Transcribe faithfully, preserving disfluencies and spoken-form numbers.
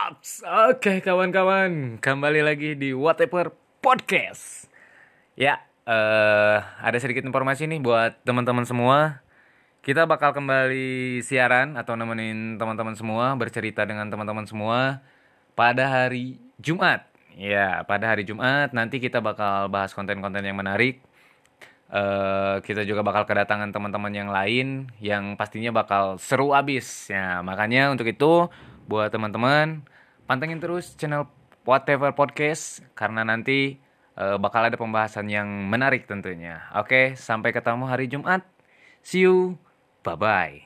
Yoks, oke kawan-kawan, kembali lagi di Whatever Podcast. Ya, eh ada sedikit informasi nih buat teman-teman semua. Kita bakal kembali siaran atau nemenin teman-teman semua, bercerita dengan teman-teman semua pada hari Jumat. Ya, pada hari Jumat nanti kita bakal bahas konten-konten yang menarik. Eh, kita juga bakal kedatangan teman-teman yang lain yang pastinya bakal seru abis. Ya, makanya untuk itu buat teman-teman pantengin terus channel Whatever Podcast karena nanti eh, bakal ada pembahasan yang menarik tentunya. Oke, sampai ketemu hari Jumat. See you. Bye bye.